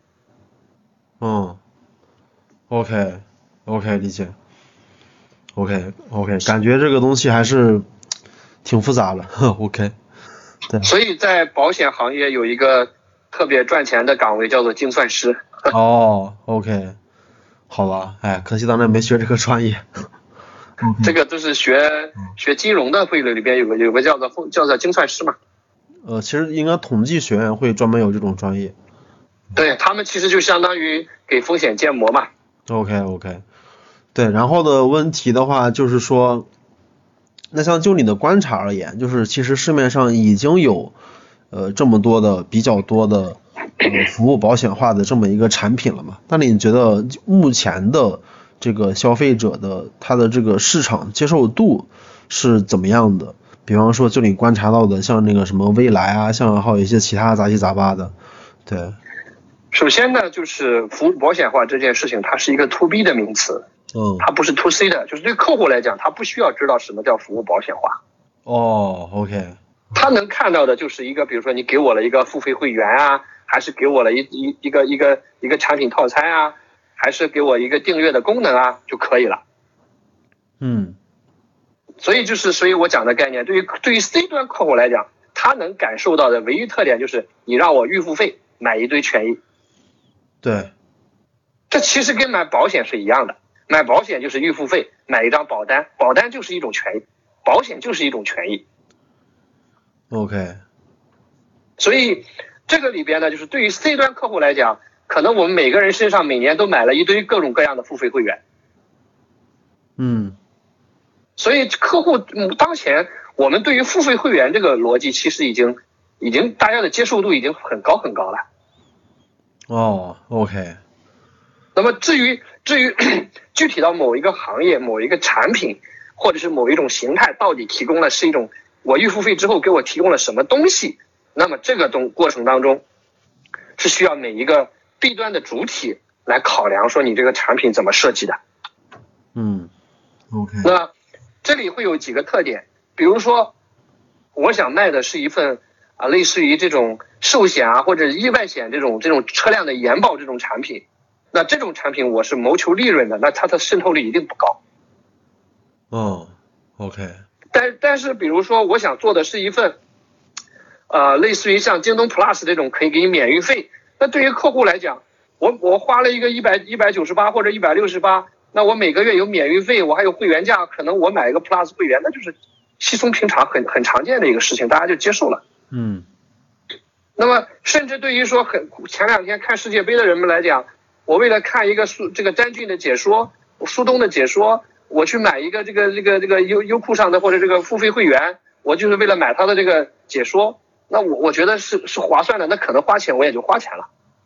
OK 理解。OK 感觉这个东西还是挺复杂的。OK 对。 所以在保险行业有一个特别赚钱的岗位叫做精算师。 OK 好吧，可惜当年没学这个专业。 这个都是学金融的会里边有个叫做精算师嘛。 其实应该统计学院会专门有这种专业。 对，他们其实就相当于给风险建模嘛。 OK 对，然后的问题的话就是说，那像就你的观察而言，就是其实市面上已经有这么多的比较多的服务保险化的这么一个产品了嘛？那你觉得目前的这个消费者的他的这个市场接受度是怎么样的？比方说就你观察到的像那个什么蔚来啊，像还有一些其他杂七杂八的。对， 首先呢就是服务保险化这件事情它是一个 to B 的名词，它不是 to C 的，就是对客户来讲他不需要知道什么叫服务保险化。 OK 他能看到的就是一个比如说你给我了一个付费会员啊，还是给我了一个产品套餐啊，还是给我一个订阅的功能啊就可以了。所以我讲的概念，对于 C 端客户来讲，他能感受到的唯一特点就是你让我预付费买一堆权益。 对， 这其实跟买保险是一样的，买保险就是预付费买一张保单，保单就是一种权益，保险就是一种权益。 OK 所以这个里边呢，就是对于 C 端客户来讲，可能我们每个人身上每年都买了一堆各种各样的付费会员。所以客户当前我们对于付费会员这个逻辑其实已经大家的接受度已经很高了。 OK 那么至于具体到某一个行业某一个产品或者是某一种形态到底提供的是一种我预付费之后给我提供了什么东西，那么这个过程当中是需要每一个 B 端的主体来考量说你这个产品怎么设计的。 OK 那这里会有几个特点，比如说我想卖的是一份类似于这种寿险啊或者意外险这种车辆的延保这种产品，那这种产品我是谋求利润的，那它的渗透率一定不高。 OK 但是比如说我想做的是一份类似于像京东 Plus 这种可以给你免运费，那对于客户来讲，我花了一个198或者168，那我每个月有免运费，我还有会员价，可能我买一个 Plus 会员，那就是稀松平常很常见的一个事情，大家就接受了。那么甚至对于说前2天看世界杯的人们来讲，我为了看一个这个詹俊的解说，苏东的解说，我去买一个这个优酷上的或者这个付费会员，我就是为了买他的这个解说，那我觉得是划算的，那可能花钱我也就花钱了。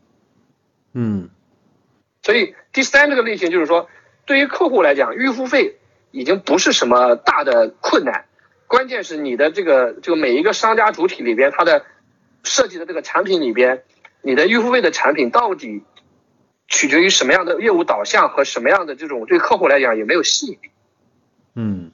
所以第3这个类型就是说，对于客户来讲，预付费已经不是什么大的困难，关键是你的这个每一个商家主体里边，它的设计的这个产品里边，你的预付费的产品到底取决于什么样的业务导向和什么样的这种对客户来讲有没有吸引力。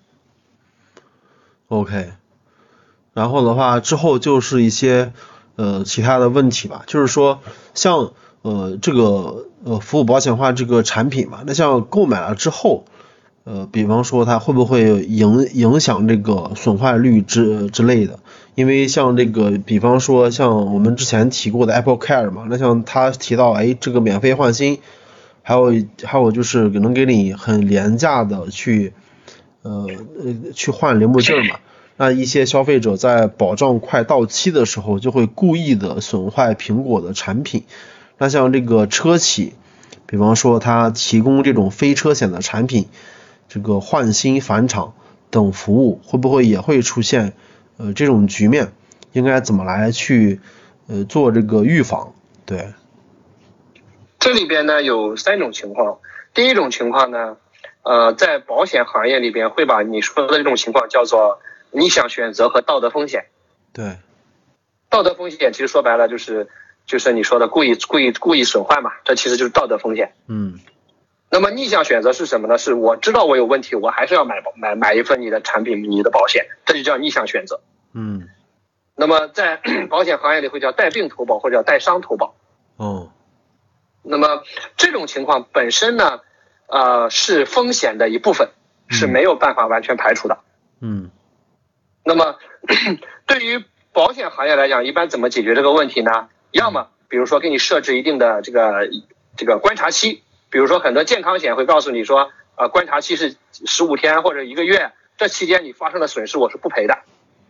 OK 然后的话之后就是一些其他的问题吧，就是说像这个服务保险化这个产品嘛，那像购买了之后比方说它会不会影响这个损坏率之类的，因为像这个比方说像我们之前提过的 Apple Care 嘛，那像他提到这个免费换新，还有就是能给你很廉价的去换帘幕镜嘛，那一些消费者在保障快到期的时候就会故意的损坏苹果的产品。那像这个车企比方说它提供这种非车险的产品， 这个换新返厂等服务，会不会也会出现这种局面？应该怎么来去做这个预防？对， 这里边呢有3种情况。第一种情况呢，在保险行业里边会把你说的这种情况叫做逆向选择和道德风险。 对， 道德风险其实说白了就是你说的故意损坏嘛，这其实就是道德风险。那么逆向选择是什么呢？是我知道我有问题，我还是要买一份你的产品，你的保险，这就叫逆向选择。那么在保险行业里会叫带病投保或者叫带伤投保。那么这种情况本身呢，是风险的一部分，是没有办法完全排除的。那么对于保险行业来讲，一般怎么解决这个问题呢？要么比如说给你设置一定的这个观察期，比如说很多健康险会告诉你说，观察期是15天或者1个月，这期间你发生的损失我是不赔的。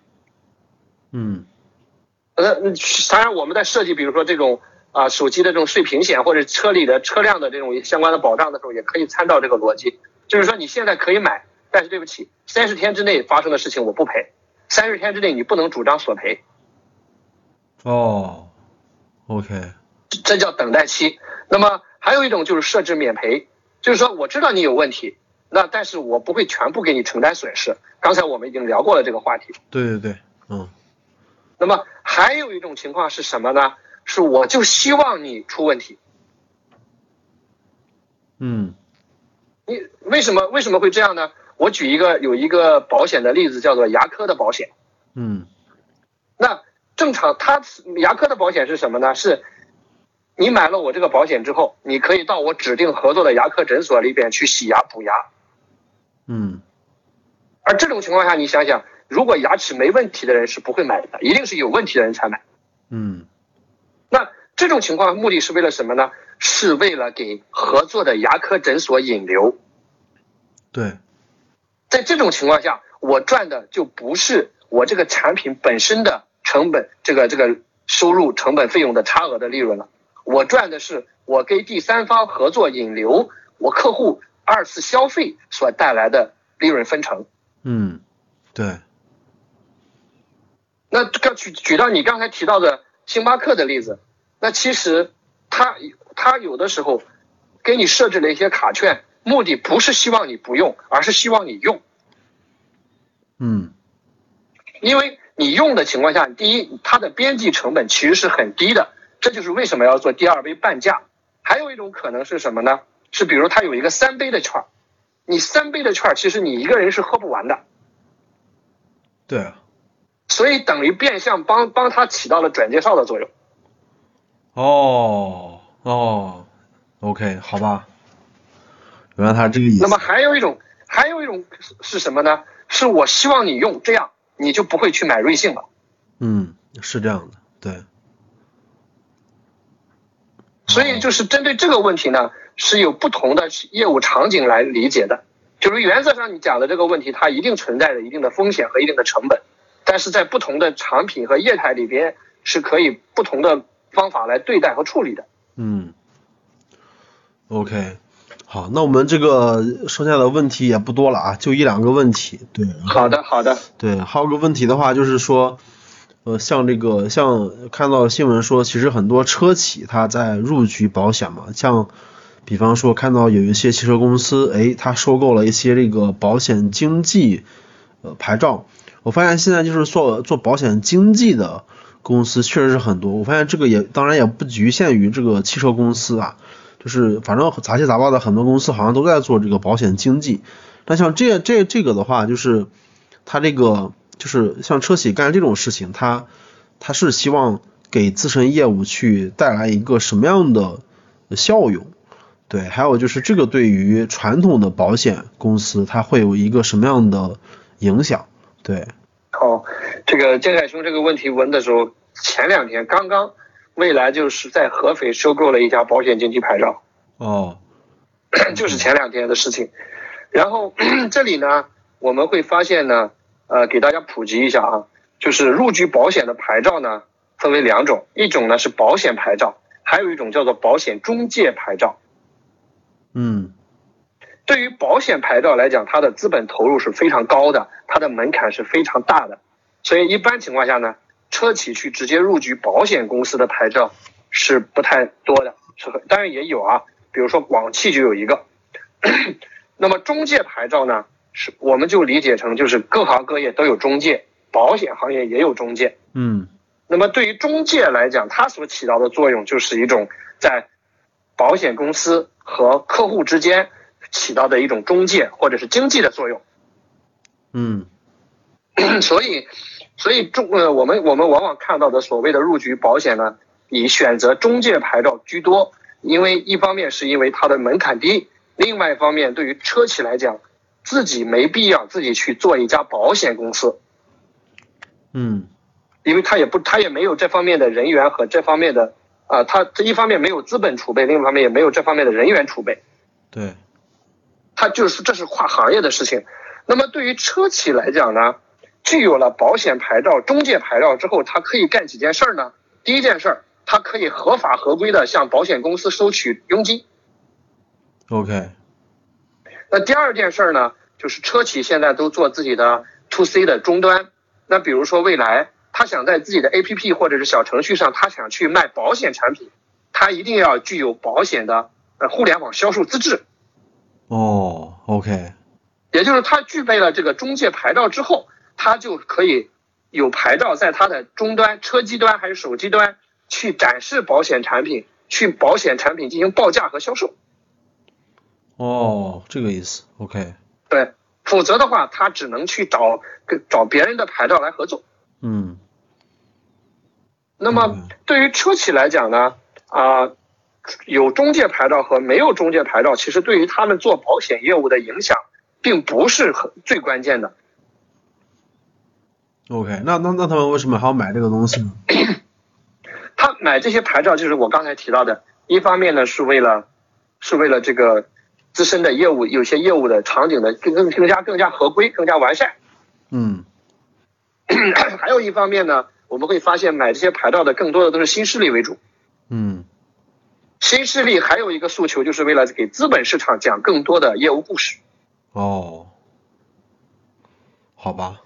当然我们在设计比如说这种手机的这种碎屏险或者车辆的这种相关的保障的时候，也可以参照这个逻辑，就是说你现在可以买，但是对不起，30天之内发生的事情我不赔，30天之内你不能主张索赔。 OK， 这叫等待期。那么还有一种就是设置免赔，就是说我知道你有问题，但是我不会全部给你承担损失。刚才我们已经聊过了这个话题。 对， 那么还有一种情况是什么呢？是我就希望你出问题。你为什么会这样呢？我举有一个保险的例子，叫做牙科的保险。那正常牙科的保险是什么呢？是你买了我这个保险之后，你可以到我指定合作的牙科诊所里边去洗牙补牙。而这种情况下，你想想，如果牙齿没问题的人是不会买的，一定是有问题的人才买。那这种情况目的是为了什么呢？是为了给合作的牙科诊所引流。 对， 在这种情况下，我赚的就不是我这个产品本身的成本，这个收入成本费用的差额的利润了，我赚的是我跟第三方合作引流，我客户2次消费所带来的利润分成。 对。 那举到你刚才提到的星巴克的例子，那其实他有的时候给你设置了一些卡券，目的不是希望你不用，而是希望你用。因为你用的情况下，第一，它的边际成本其实是很低的，这就是为什么要做第2杯半价。还有一种可能是什么呢？是比如它有一个3杯的券，你3杯的券其实你一个人是喝不完的。 对啊。 所以等于变相帮他起到了转介绍的作用。 OK， 好吧，原来他这个意思。 那么还有一种是什么呢？是我希望你用，这样你就不会去买瑞幸了。 是这样的，对。 所以就是针对这个问题呢，是有不同的业务场景来理解的。就是原则上你讲的这个问题，它一定存在着一定的风险和一定的成本。但是在不同的产品和业态里边是可以不同的方法来对待和处理的。 OK， 好，那我们这个剩下的问题也不多了啊，就1、2个问题。对， 好的。 对，还有个问题的话就是说，像看到新闻说，其实很多车企它在入局保险嘛，像比方说看到有一些汽车公司，它收购了一些这个保险经纪牌照。我发现现在就是做保险经纪的公司确实是很多，我发现这个当然也不局限于这个汽车公司啊，就是反正杂七杂八的很多公司好像都在做这个保险经纪。那像这个的话，就是他这个就是像车企干这种事情，他是希望给自身业务去带来一个什么样的效用？对，还有就是这个对于传统的保险公司它会有一个什么样的影响？对。 这个建凯兄这个问题问的时候，前2天刚刚蔚来就是在合肥收购了一家保险经纪牌照。就是前2天的事情。然后这里呢我们会发现呢给大家普及一下啊，就是入局保险的牌照呢分为2种，一种呢是保险牌照，还有一种叫做保险中介牌照。 对于保险牌照来讲，它的资本投入是非常高的，它的门槛是非常大的，所以一般情况下呢，车企去直接入局保险公司的牌照是不太多的，当然也有啊，比如说广汽就有一个。那么中介牌照呢，是我们就理解成就是各行各业都有中介，保险行业也有中介。那么对于中介来讲，它所起到的作用就是一种在保险公司和客户之间起到的一种中介或者是经纪的作用。所以我们往往看到的所谓的入局保险呢，以选择中介牌照居多，因为一方面是因为它的门槛低，另外一方面对于车企来讲，自己没必要自己去做一家保险公司。因为他也没有这方面的人员和这方面的他这一方面没有资本储备，另一方面也没有这方面的人员储备。 对， 这是跨行业的事情。那么对于车企来讲呢，具有了保险牌照、中介牌照之后，它可以干几件事呢？第一件事，它可以合法合规的向保险公司收取佣金。 OK。 那第二件事呢，就是车企现在都做自己的 to C 的终端。那比如说未来，他想在自己的 APP 或者是小程序上，他想去卖保险产品，他一定要具有保险的互联网销售资质。 OK。 也就是他具备了这个中介牌照之后，他就可以有牌照在他的终端车机端还是手机端去展示保险产品，去保险产品进行报价和销售。 这个意思。OK。 对，否则的话他只能去找别人的牌照来合作。那么对于车企来讲呢，有中介牌照和没有中介牌照，其实对于他们做保险业务的影响并不是最关键的。 OK， 那他们为什么还要买这个东西呢？ 他买这些牌照就是我刚才提到的，一方面呢是为了这个自身的业务，有些业务的场景的更加合规、更加完善。还有一方面呢，我们会发现买这些牌照的更多的都是新势力为主。新势力还有一个诉求，就是为了给资本市场讲更多的业务故事。 好吧。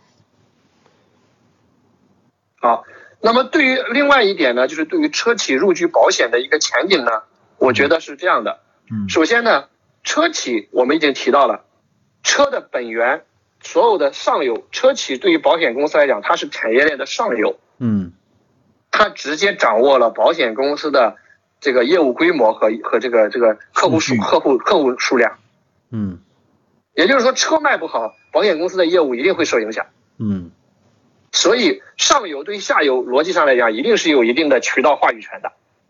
好，那么对于另外一点呢，就是对于车企入局保险的一个前景呢，我觉得是这样的。首先呢，车企我们已经提到了，车的本源，所有的上游，车企对于保险公司来讲，它是产业链的上游。它直接掌握了保险公司的这个业务规模和这个客户数量。也就是说，车卖不好，保险公司的业务一定会受影响。所以上游对下游逻辑上来讲，一定是有一定的渠道话语权的。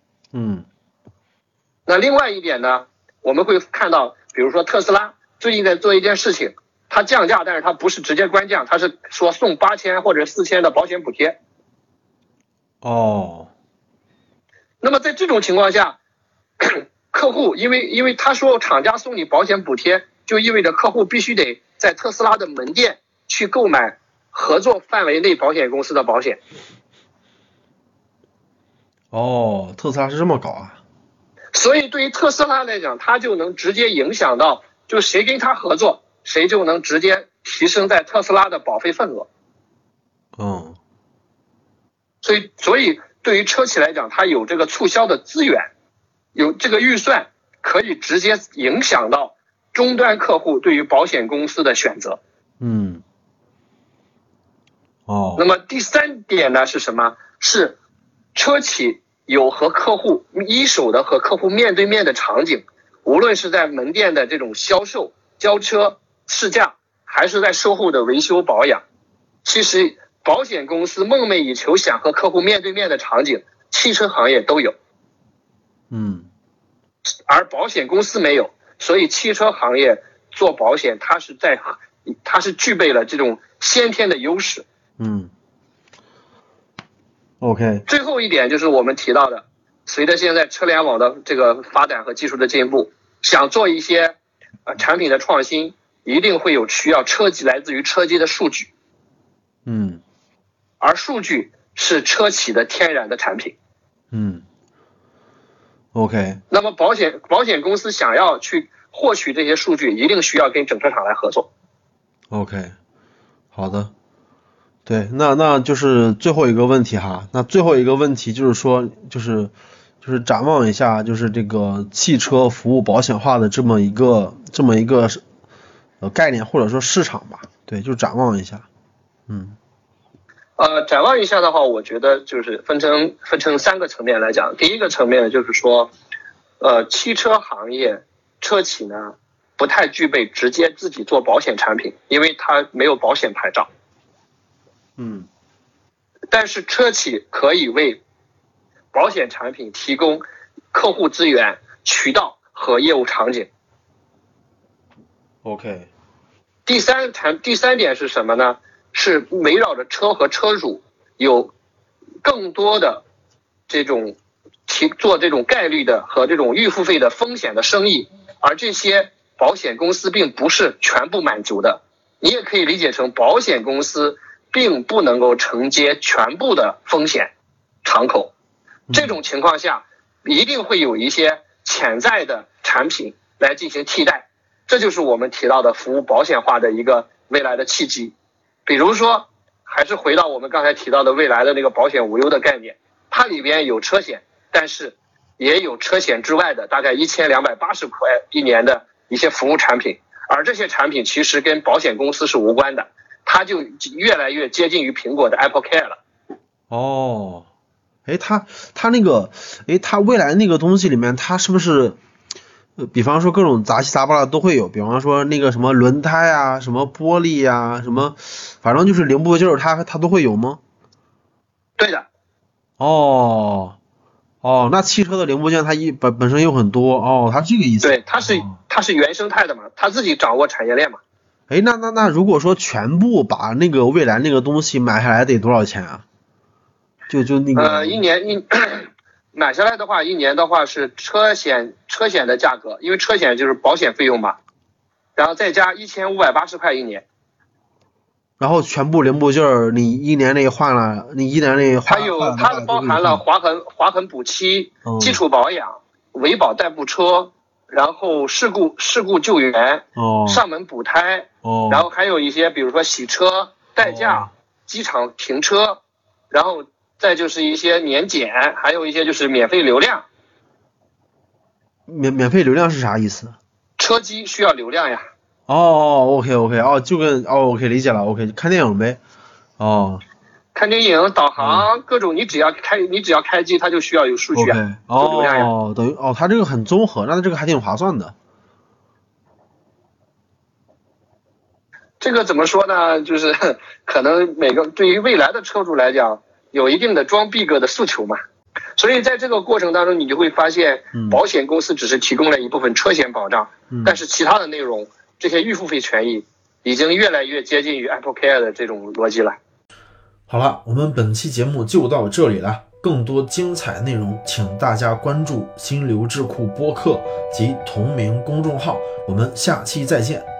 那另外一点呢，我们会看到，比如说特斯拉最近在做一件事情，它降价，但是它不是直接官降，它是说送8000或者4000的保险补贴。那么在这种情况下，客户因为他说厂家送你保险补贴，就意味着客户必须得在特斯拉的门店去购买合作范围内保险公司的保险。 特斯拉是这么搞啊？ 所以对于特斯拉来讲，它就能直接影响到，就谁跟他合作，谁就能直接提升在特斯拉的保费份额。所以对于车企来讲，它有这个促销的资源，有这个预算，可以直接影响到终端客户对于保险公司的选择。那么第三点呢是什么？是车企有和客户一手的和客户面对面的场景，无论是在门店的这种销售、交车、试驾，还是在售后的维修保养，其实保险公司梦寐以求想和客户面对面的场景，汽车行业都有。而保险公司没有，所以汽车行业做保险，它是具备了这种先天的优势。 OK。 最后一点就是我们提到的，随着现在车联网的这个发展和技术的进步，想做一些产品的创新，一定会有需要来自于车机的数据。而数据是车企的天然的产品。 OK。 那么保险公司想要去获取这些数据一定需要跟整车厂来合作。 OK， 好的。对，那就是最后一个问题哈。那最后一个问题就是说，就是展望一下，就是这个汽车服务保险化的这么一个概念或者说市场吧。对，就展望一下。 展望一下的话，我觉得就是分成3个层面来讲。第一个层面就是说，汽车行业车企呢不太具备直接自己做保险产品，因为它没有保险牌照。但是车企可以为保险产品提供客户资源、渠道和业务场景。 OK。 第三点是什么呢？是围绕着车和车主有更多的这种做这种概率的和这种预付费的风险的生意，而这些保险公司并不是全部满足的。你也可以理解成保险公司并不能够承接全部的风险敞口，这种情况下一定会有一些潜在的产品来进行替代，这就是我们提到的服务保险化的一个未来的契机。比如说还是回到我们刚才提到的未来的那个保险无忧的概念，它里边有车险，但是也有车险之外的大概1280块一年的一些服务产品，而这些产品其实跟保险公司是无关的，它就越来越接近于苹果的 Apple Care 了。 它未来那个东西里面，它是不是比方说各种杂七杂八的都会有，比方说那个什么轮胎啊，什么玻璃啊，什么反正就是零部件它都会有吗？ 对的。 那汽车的零部件它本身有很多它这个意思。 对，它是原生态的嘛，它自己掌握产业链嘛。 那如果说全部把那个未来那个东西买下来得多少钱啊？就那个买下来的话，一年的话是车险的价格，因为车险就是保险费用嘛，然后再加1580块一年。 然后全部零部件你一年内换了， 它包含了划痕补漆、基础保养、维保代步车，然后事故救援、上门补胎，然后还有一些比如说洗车、代驾、机场停车，然后再就是一些年检，还有一些就是免费流量。 免费流量是啥意思？ 车机需要流量呀。 OK， 就跟OK 理解了 ，OK 看电影呗。 看电影、导航各种，你只要开机，它就需要有数据啊，做流量呀。 等于它这个很综合，那这个还挺划算的。 这个怎么说呢？就是可能对于未来的车主来讲，有一定的装逼格的诉求嘛。所以在这个过程当中，你就会发现，保险公司只是提供了一部分车险保障，但是其他的内容，这些预付费权益已经越来越接近于 Apple Care 的这种逻辑了。 好了，我们本期节目就到这里了。更多精彩内容，请大家关注心流智库播客及同名公众号。我们下期再见。